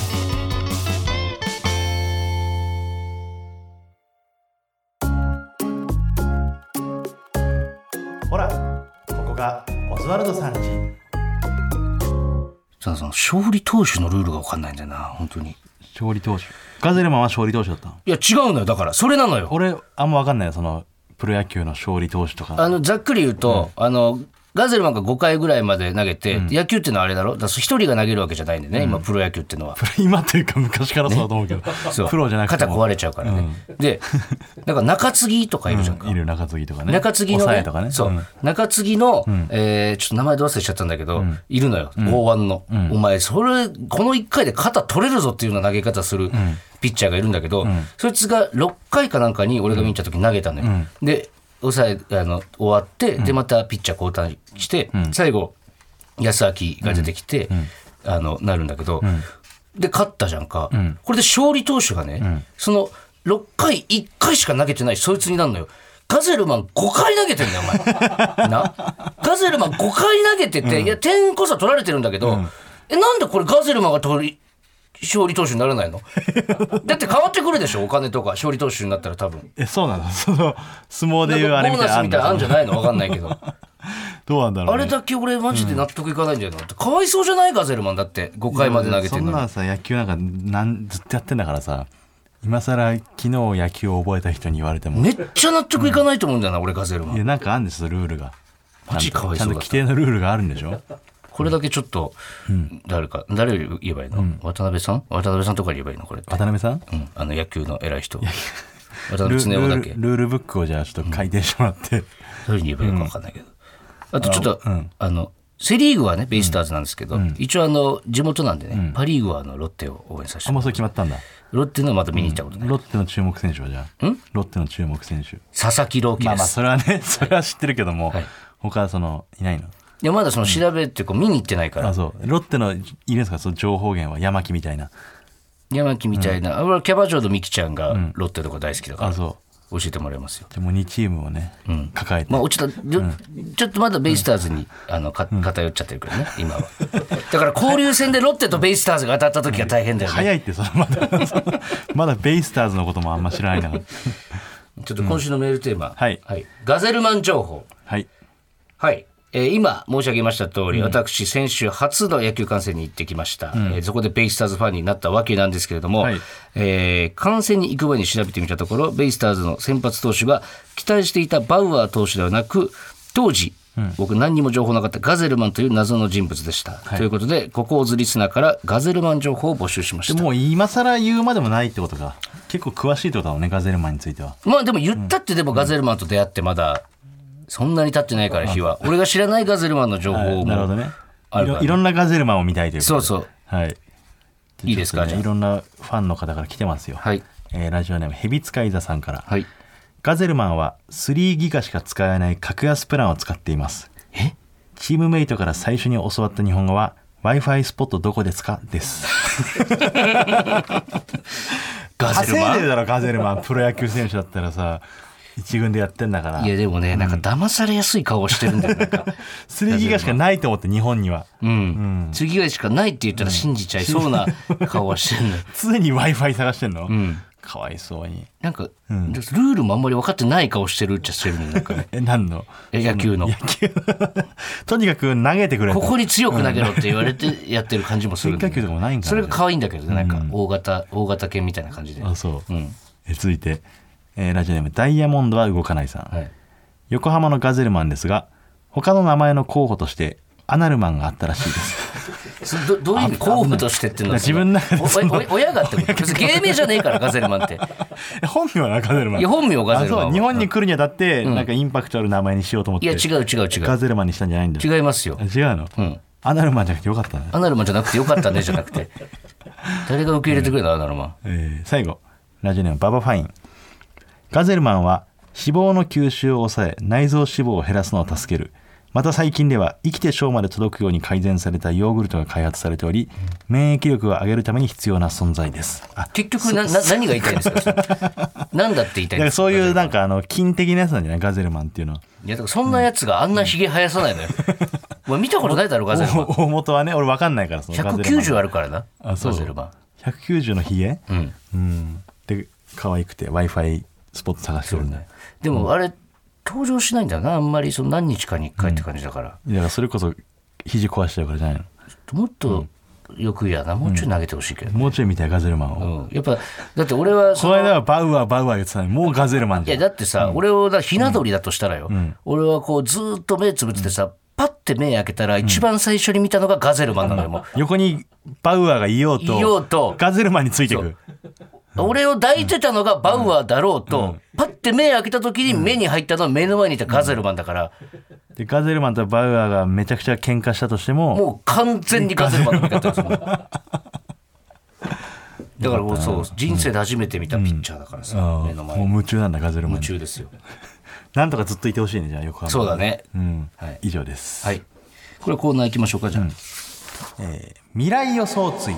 ほらここがオズワルドさんち。 その勝利投手のルールが分かんないんだよな本当に。 勝利投手、ガゼルマンは勝利投手だったの？ いや違うのよ、だからそれなのよ。 俺あんま分かんないよ、そのプロ野球の勝利投手とか。 ざっくり言うと、ガゼルマンが5回ぐらいまで投げて、野球っていうのはあれだろ、だから1人が投げるわけじゃないんでね、今プロ野球っていうのは。 今というか昔からそうだと思うけど、プロじゃなくても肩壊れちゃうからね、でだから中継ぎとかいるじゃんか、 いる中継ぎとかね、 中継ぎのね、 とかね、 そう、中継ぎの、ちょっと名前ど忘れしちゃったんだけど、いるのよ、大腕の、お前この1回で肩取れるぞっていうような投げ方するピッチャーがいるんだけど、そいつが6回かなんかに俺が見に行った時に投げたのよ、で終わって、でまたピッチャー交代して、最後安明が出てきて、なるんだけど、で勝ったじゃんか、これで勝利投手がね、その6回1回しか投げてないそいつになるのよ。ガゼルマン5回投げてんだよお前な、ガゼルマン5回投げてて、いや点こそ取られてるんだけど、なんでこれガゼルマンが勝勝利投手にならないのだって変わってくるでしょ、お金とか勝利投手になったら多分。 そうなの、その相撲でいうあれみたいなボーナスみたいなのあるんじゃないの、分かんないけどどうなんだろう、ね、 あれだけ俺マジで納得いかないんだよな、かわいそうじゃないガゼルマンだって5回まで投げてるのに。 そんなさ野球なんかずっとやってんだからさ、今更昨日野球を覚えた人に言われてもめっちゃ納得いかないと思うんだよな、俺ガゼルマン。 いやなんかあるんですよルールが。 マジかわいそうだった。 ちゃんと規定のルールがあるんでしょ。 これだけちょっと、誰言えばいいの、渡辺さんとかに言えばいいのこれって。 渡辺さん、 野球の偉い人渡辺恒夫だけルールブックをじゃあちょっと改訂してもらって、 誰に言えばいいのか分かんないけど、あとちょっとセリーグはねベイスターズなんですけど、一応地元なんでね、パリーグはロッテを応援させて。 もうそれ決まったんだ。 ロッテのまだ見に行ったことない。 ロッテの注目選手はじゃあロッテの注目選手佐々木朗希です。 まあそれはねそれは知ってるけども、他いないの。 いやまだその調べって見に行ってないから。 そうロッテのいるんですか、その情報源は。山木みたいな、 俺はキャバ嬢のミキちゃんがロッテとか大好きだから、教えてもらいますよ。 でも2チームをね、抱えて、 ちょっとまだベイスターズに偏っちゃってるからね今は。だから交流戦でロッテとベイスターズが当たった時が大変だよね。 早いってまだベイスターズのこともあんま知らないな。ちょっと今週のメールテーマ、 はいガゼルマン情報。 はい、 今申し上げました通り、私先週初の野球観戦に行ってきました、そこでベイスターズファンになったわけなんですけれども、観戦に行く前に調べてみたところ、ベイスターズの先発投手が期待していたバウアー投手ではなく、当時僕何にも情報なかったガゼルマンという謎の人物でした、ということでココーズリスナーからガゼルマン情報を募集しました。 もう今更言うまでもないってことか。結構詳しいってことだもんね、ガゼルマンについては。 まあでも言ったってでもガゼルマンと出会ってまだそんなに経ってないから、日は俺が知らないガゼルマンの情報もなるほどね。 あるからね。 いろんなガゼルマンを見たいということで。 そういいですか。じゃあいろんなファンの方から来てますよ。ラジオネームヘビ使い座さんから、ガゼルマンは3ギガしか使えない格安プランを使っています。チームメイトから最初に教わった日本語は Wi-Fi スポットどこですかですガゼルマン稼いでるだろガゼルマン。プロ野球選手だったらさ一軍でやってんだから。 いやでもね、なんか騙されやすい顔してるんだよ。なんか 3ギガしかないと思って日本には、 3ギガしかないって言ったら信じちゃいそうな顔はしてるのよ。 常に Wi-Fi 探してんの、かわいそうに。 なんか、ルールもあんまり分かってない顔してるっちゃしてるの。なんかね何の野球のとにかく投げてくれと、 ここに強く投げろって言われてやってる感じもするんだよね。 変化球とかもないんかな。 それが可愛いんだけどね、なんか大型犬みたいな感じで。 そう、続いてラジオネームダイヤモンドは動かないさん、横浜のガゼルマンですが他の名前の候補としてアナルマンがあったらしいですどういう意味候補としてっていうのは。 自分の中で親がってこと。別に芸名じゃねえからガゼルマンって本名はガゼルマン。 いや本名ガゼルマンは日本に来るにあたってなんかインパクトある名前にしようと思って、 いや違うガゼルマンにしたんじゃないんだよ。 違いますよ。 違うの、アナルマンじゃなくてよかったね。 アナルマンじゃなくてよかったねじゃなくて誰が受け入れてくれたアナルマン。 最後ラジオネームババファイン。ガゼルマンは脂肪の吸収を抑え内臓脂肪を減らすのを助ける。また最近では生きて腸まで届くように改善されたヨーグルトが開発されており、免疫力を上げるために必要な存在です。 結局何が言いたいんですか何だって言いたいんですか。 そういうなんか菌的なやつなんじゃない、ガゼルマンっていうのは。 いやだからそんなやつがあんなひげ生やさないのよ、お前見たことないだろガゼルマン。 大元はね俺分かんないから。その 190あるからな。 ガゼルマン190のひげ、で可愛くて Wi-Fi スポット探してるんだよ。 でもあれ登場しないんだよな、あんまり。その何日かに1回って感じだから、 だからそれこそ肘壊しちゃうからじゃないの。 もっとよくやな、もうちょい投げてほしいけど、 もうちょい見たいガゼルマンを、 やっぱだって俺はこの間はバウアー言ってたのにもうガゼルマンじゃん。 いやだってさ、俺をひな鳥だとしたらよ、俺はこうずっと目つぶっててさ、パッて目開けたら一番最初に見たのがガゼルマンなのよ。もう横にバウアーがいようとガゼルマンについてく。 俺を抱いてたのがバウアーだろうと、パッて目開けた時に目に入ったのは目の前にいたガゼルマンだから、 でガゼルマンとバウアーがめちゃくちゃ喧嘩したとしてももう完全にガゼルマンの味方ですもんだからもうそう人生で初めて見たピッチャーだからさ、目の前もう夢中なんだガゼルマン。 夢中ですよ。 なんとかずっといてほしいね、じゃあ横浜。 そうだね、 以上です。 はい、これコーナー行きましょうか。じゃあ、 未来予想追。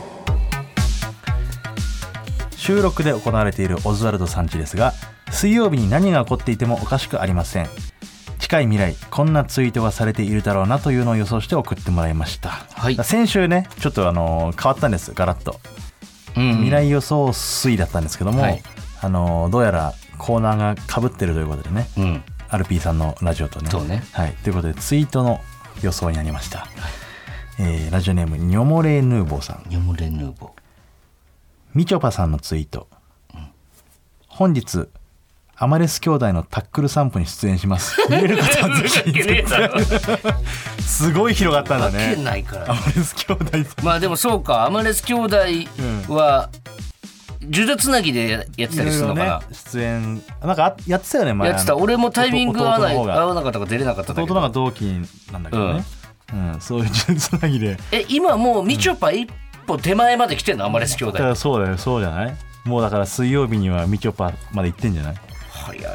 収録で行われているオズワルドさんちですが、水曜日に何が起こっていてもおかしくありません。近い未来こんなツイートがされているだろうなというのを予想して送ってもらいました、先週ねちょっと変わったんです。ガラッと未来予想水だったんですけども、 はい、 どうやらコーナーが被ってるということでね、アルピーさんのラジオとね。 そうね、 はい、ということでツイートの予想になりました。ラジオネームニョモレーヌーボーさん。 ニョモレーヌーボー。 みちょぱさんのツイート。本日アマレス兄弟のタックル散歩に出演します。見れる方はぜひ。すごい広がったんだね。 わけないから、ね、 アマレス兄弟。 まあでもそうか、アマレス兄弟は、呪術つなぎでやってたりするのかな、 出演なんかやってたよね前。 やってた。俺もタイミング合わなかったから出れなかったんだけど。 弟のが同期なんだけどね、そういう呪術つなぎで。 今もうみちょぱ一歩手前まで来てんの、アマレス兄弟。 だからそうだよ、そうじゃない。もうだから水曜日にはみちょぱまで行ってんじゃない。 早いな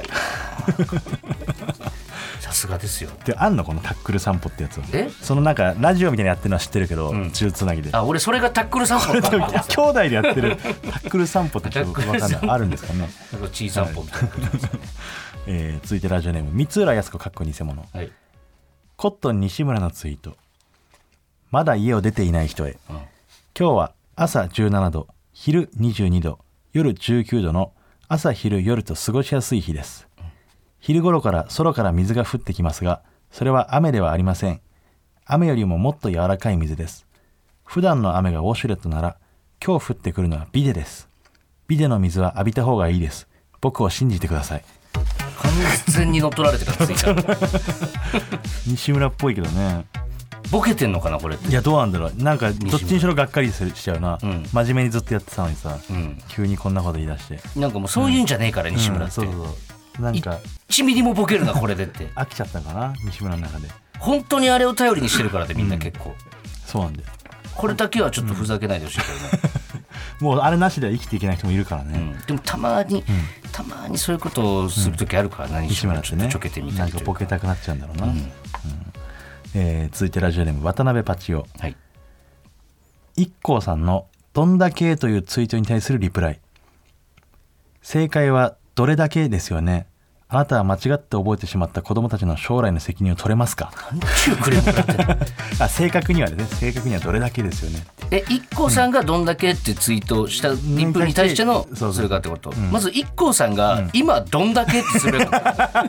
さすがですよ。 で、あんのこのタックル散歩ってやつは。そのなんかラジオみたいなやってるのは知ってるけど、呪術つなぎで。 俺それがタックル散歩。 兄弟でやってるタックル散歩ってちょっと分かんない。あるんですかね。 チー散歩みたいな。 続いてラジオネーム三浦靖子かっこ偽物、はい、コットン西村のツイート。まだ家を出ていない人へ、今日は朝17度、昼22度、夜19度の朝昼夜と過ごしやすい日です。昼頃から空から水が降ってきますが、それは雨ではありません。雨よりももっと柔らかい水です。普段の雨がウォシュレットなら、今日降ってくるのはビデです。ビデの水は浴びた方がいいです。僕を信じてください。 完全に乗っ取られてからついた。 西村っぽいけどね。 ボケてんのかなこれって。 いや、どうなんだろう。なんかどっちにしろがっかりしちゃうな、真面目にずっとやってたのにさ、急にこんなこと言い出して。 なんかもうそういうんじゃねえから、西村って。 そうなんか 1ミリもボケるなこれでって飽きちゃったかな、西村の中で。 本当にあれを頼りにしてるからで、みんな結構、 そうなんだよ。 これだけはちょっとふざけないでほしいけどね、 もうあれなしでは生きていけない人もいるからね、 でもたまにそういうことをする時あるからな、西村ってね。ちょけてみたりというか、 なんかボケたくなっちゃうんだろうな、続いてラジオネーム渡辺パチオ、はい、IKKOさんのどんだけというツイートに対するリプライ。正解はどれだけですよね。あなたは間違って覚えてしまった子供たちの将来の責任を取れますか。 何ちゅうクレームだって正確にはね、正確にはどれだけですよね。 IKKOさんがどんだけってツイートしたリプに対してのそれかってこと。まずIKKOさんが今どんだけってするよっ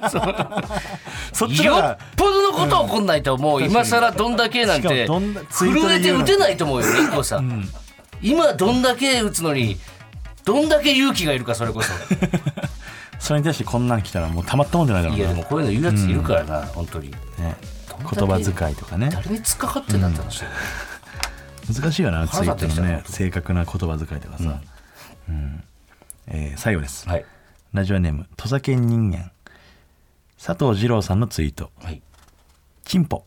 ぽどのこと起こんないと、もう今更どんだけなんて震えて打てないと思うよ、IKKOさん。今どんだけ打つのにどんだけ勇気がいるか、それこそ。 それに対してこんなん来たらもうたまったもんじゃないだろうな。 いやでもこういうの言うやついるからな、本当に、 ね、言葉遣いとかね。 誰に突っかかってんだって話だよ、 難しいよな、ツイートのね、正確な言葉遣いとかさ、最後です、はい、ラジオネーム土佐犬人間佐藤二郎さんのツイート、はい、チンポ。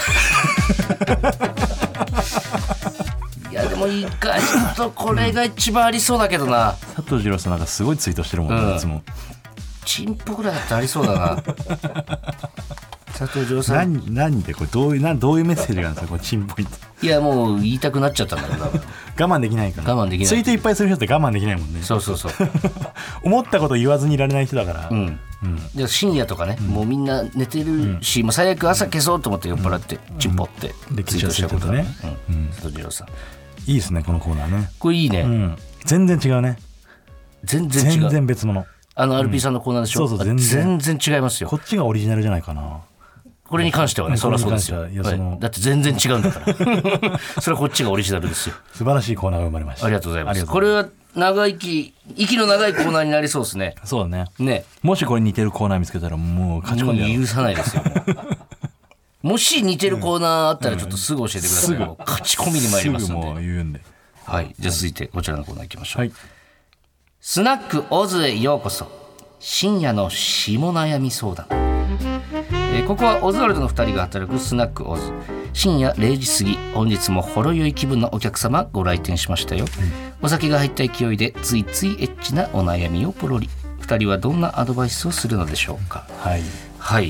いやでも意外とこれが一番ありそうだけどな、 佐藤二郎さんなんかすごいツイートしてるもんね、いつも。 チンポぐらいだってありそうだな。佐藤二郎さん何でこれどういうメッセージがあるんですか、これチンポイって。 いやもう言いたくなっちゃったんだろうな。 我慢できないから。 我慢できない。 ツイートいっぱいする人って我慢できないもんね。 そうそうそう。 思ったこと言わずにいられない人だから。 で深夜とかね、もうみんな寝てるし、もう最悪朝消そうと思って酔っ払ってチンポってツイートしたことね。佐藤二郎さん。 いいですねこのコーナーね。 これいいね。 全然違うね。 全然違う。 全然別物。 RP さんのコーナーでしょ。そう全然違いますよ。 こっちがオリジナルじゃないかな。 これに関してはね、そりゃそうですよ。だって全然違うんだから。それはこっちがオリジナルですよ。 素晴らしいコーナーが生まれました。 ありがとうございます。これは息の長いコーナーになりそうですね。 そうだね。もしこれ似てるコーナー見つけたらもう勝ち込んで許さないですよ。もし似てるコーナーあったらちょっとすぐ教えてください。勝ち込みに参りますので。 すぐもう言うんで。 はい。じゃあ続いてこちらのコーナー行きましょう。スナックオズへようこそ。深夜の下悩み相談。ここはオズワルドの2人が働くスナックオズ。深夜0時過ぎ、本日もほろ酔い気分のお客様ご来店しましたよ。お酒が入った勢いでついついエッチなお悩みをポロリ。2人はどんなアドバイスをするのでしょうか。 はい、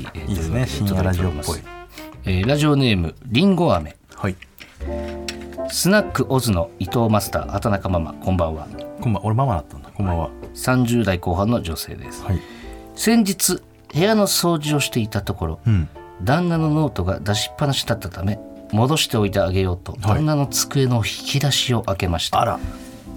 いいですね。深夜ラジオっぽい。 ラジオネームりんご飴。 はい。 スナックオズの伊藤マスター、畑中ママ、こんばんは。 こんばんは。俺ママだったんだ。こんばんは。 30代後半の女性です。 はい。 先日部屋の掃除をしていたところ、旦那のノートが出しっぱなしだったため戻しておいてあげようと、旦那の机の引き出しを開けました。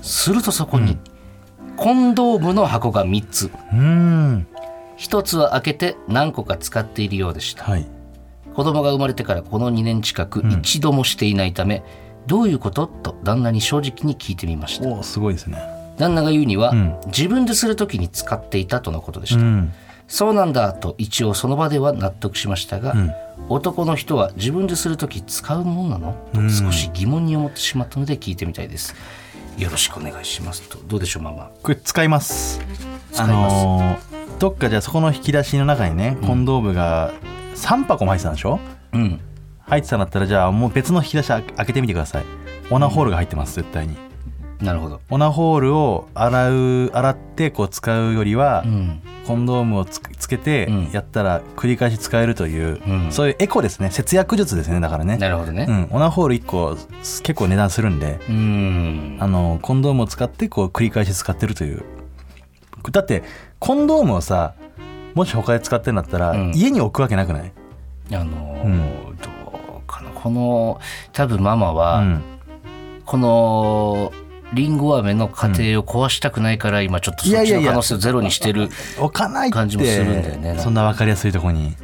するとそこに、コンドームの箱が3つ。1つは開けて何個か使っているようでした。子供が生まれてからこの2年近く一度もしていないため、どういうことと旦那に正直に聞いてみました。 すごいですね。 旦那が言うには、自分でするときに使っていたとのことでした。そうなんだと一応その場では納得しましたが、男の人は自分でするとき使うものなのと少し疑問に思ってしまったので聞いてみたいです。よろしくお願いしますと。どうでしょうママ。 これ使います。どっかじゃあそこの引き出しの中にね、コンドームが3箱も入ってたんでしょ。入ってたんだったらじゃあもう別の引き出し開けてみてください。オナホールが入ってます絶対に。 なるほど。 オナホールを洗ってこう使うよりは、コンドームを つけてやったら繰り返し使えるという、そういうエコですね。節約術ですね。だからね。 なるほどね。 オナホール1個結構値段するんで、コンドームを使ってこう繰り返し使ってるという。だってコンドームをさ、もし他で使ってるんだったら、家に置くわけなくない？ どうかな。この多分ママは、このリンゴ飴の過程を壊したくないから今ちょっとそっちの可能性をゼロにしてる感じもするんだよね。 そんな分かりやすいとこに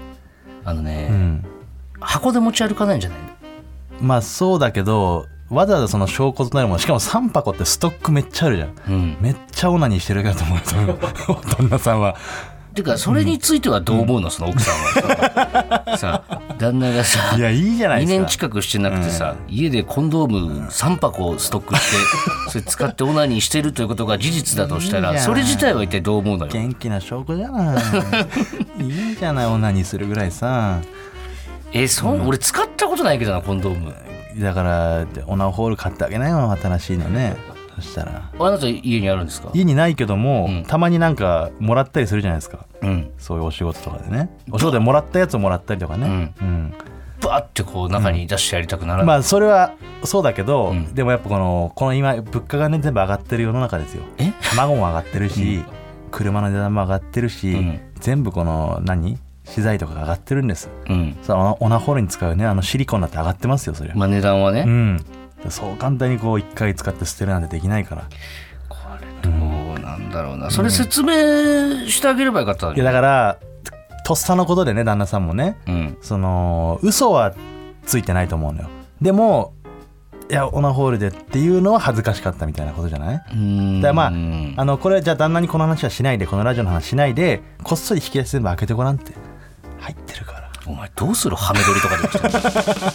箱で持ち歩かないんじゃない？ まあそうだけど、わざわざその証拠となるもの、しかも3箱ってストックめっちゃあるじゃん、めっちゃオナニーしてるかと思う旦那さんは。 てかそれについてはどう思うの、その奥さんはさ旦那がさ、 いやいいじゃないですか、 2年近くしてなくてさ、家でコンドーム3箱ストックしてそれ使ってオナニーしてるということが事実だとしたら、それ自体は一体どう思うのよ。 元気な証拠じゃないいいじゃない、オナニーするぐらいさ。 俺使ったことないけどな、コンドーム。 だからオナホール買ってあげないよ、新しいのね。そしたらあなた家にあるんですか？ 家にないけども、たまになんかもらったりするじゃないですか、そういうお仕事とかでね。お仕事でもらったやつをもらったりとかね、 バーってこう中に出してやりたくならない、 まあそれはそうだけど、でもやっぱこの今物価がね全部上がってる世の中ですよ。卵も上がってるし、車の値段も上がってるし、全部この資材とかが上がってるんです、そのオナホールに使うねシリコンだって上がってますよ、それ。 まあ値段はね、 そう簡単にこう1回使って捨てるなんてできないから。 これどうなんだろうな、それ説明してあげればよかったのに。 いやだからとっさのことでね、旦那さんもね、その嘘はついてないと思うのよ。でもいやオナホールでっていうのは恥ずかしかったみたいなことじゃない？だからまあこれじゃあ旦那にこの話はしないで、このラジオの話しないで、こっそり引き出し全部開けてごらんって。入ってるから。 お前どうする、ハメ撮りとかで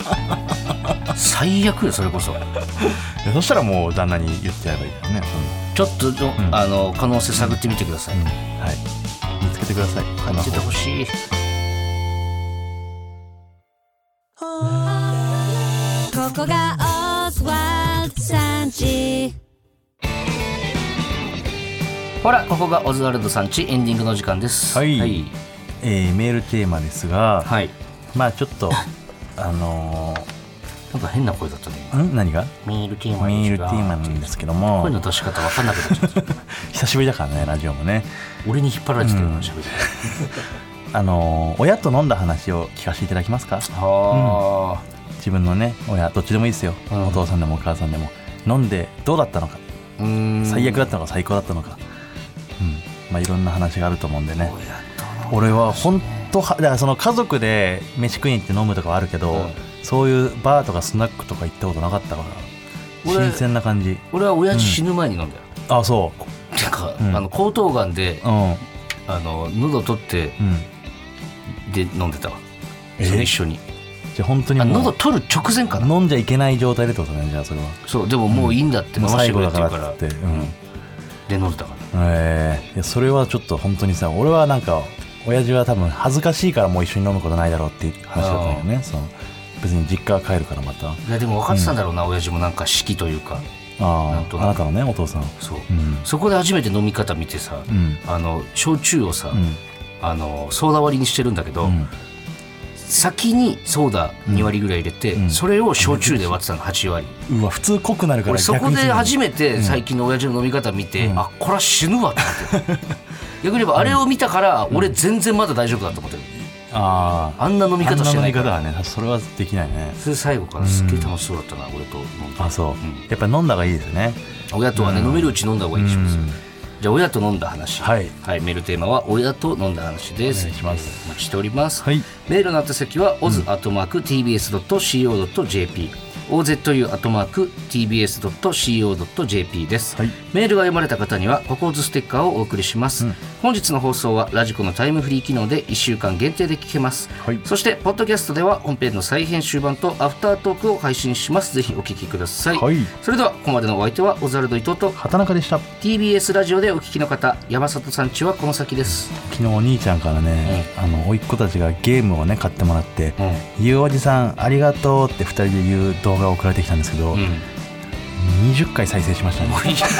最悪よ、それこそ。 そしたらもう旦那に言ってやればいいからね。 ちょっと可能性探ってみてください、 はい、見つけてください。 感じてほしい。 ここがオズワルドさんち。 ほら、ここがオズワルドさんち、エンディングの時間です。 はい、メールテーマですが、まあちょっとなんか変な声だったね。 何が？ メールテーマなんですけども、 声の出し方分かんなくなっちゃった久しぶりだからね、ラジオもね。 俺に引っ張られてるな、しゃべり。 親と飲んだ話を聞かせていただけますか？自分のね親、どっちでもいいですよ、お父さんでもお母さんでも。飲んでどうだったのか、最悪だったのか最高だったのか、まあいろんな話があると思うんでね。俺は本当だからその家族で飯食いに行って飲むとかはあるけど、そういうバーとかスナックとか行ったことなかったから新鮮な感じ。 俺は親父死ぬ前に飲んだよ。 あ、そうてか、喉頭がんで、喉取って、で飲んでたわ。それ一緒に。 じゃあ本当にもう喉取る直前かな。 飲んじゃいけない状態でってことね。じゃあそれはそう。でももういいんだって飲ませてくれって言うから、 で飲んでたから。 いやそれはちょっと本当にさ、俺はなんか親父は多分恥ずかしいからもう一緒に飲むことないだろうっていう話だったんだよね。別に実家は帰るからまた。いやでも分かってたんだろうな、親父もなんか式というか。 あなたのねお父さん。 そう、そこで初めて飲み方見てさ、焼酎をさ、ソーダ割りにしてるんだけど、先にソーダ2割ぐらい入れて、それを焼酎で割ってたの8割。 うわ普通濃くなるから。 俺そこで初めて最近の親父の飲み方見て、あこれは死ぬわって思って逆に言えばあれを見たから俺全然まだ大丈夫だと思ってる。 あんな飲み方してないから。 あんな飲み方はね、それはできないね。 それ最後からすっげえ楽しそうだったな、俺と飲んだ。 あ、そう、やっぱ飲んだ方がいいですね。 親とはね、飲めるうち飲んだ方がいいします。じゃあ親と飲んだ話、はい、メールテーマは親と飲んだ話です。 お願いします。 お待ちしております、 はい、 メールの宛先は oz@tbs.co.jp ozu@tbs.co.jp です、はい、メールが読まれた方にはココーズステッカーをお送りします、本日の放送はラジコのタイムフリー機能で1週間限定で聞けます、はい、そしてポッドキャストでは本編の再編集版とアフタートークを配信します。ぜひお聞きください、はい、それではここまでのお相手はオズワルド伊藤と畑中でした。 TBS ラジオでお聞きの方、山里さんちはこの先です。 昨日お兄ちゃんからね、甥っ子たちがゲームをね買ってもらって、ゆうおじさんありがとうって2人で言う動画を送られてきたんですけど、20回再生しましたね。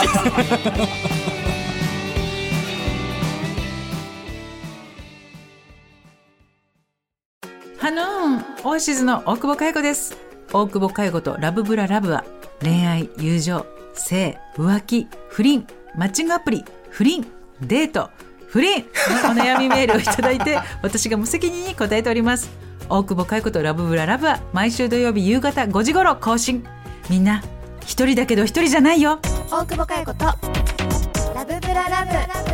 オアシズの大久保佳代子です。大久保佳代子とラブブララブは恋愛、友情、性、浮気、不倫、マッチングアプリ、不倫、デート、不倫のお悩みメールをいただいて私が無責任に答えております。大久保佳代子とラブブララブは毎週土曜日夕方5時頃更新。みんな一人だけど一人じゃないよ。 大久保佳代子とラブブララブ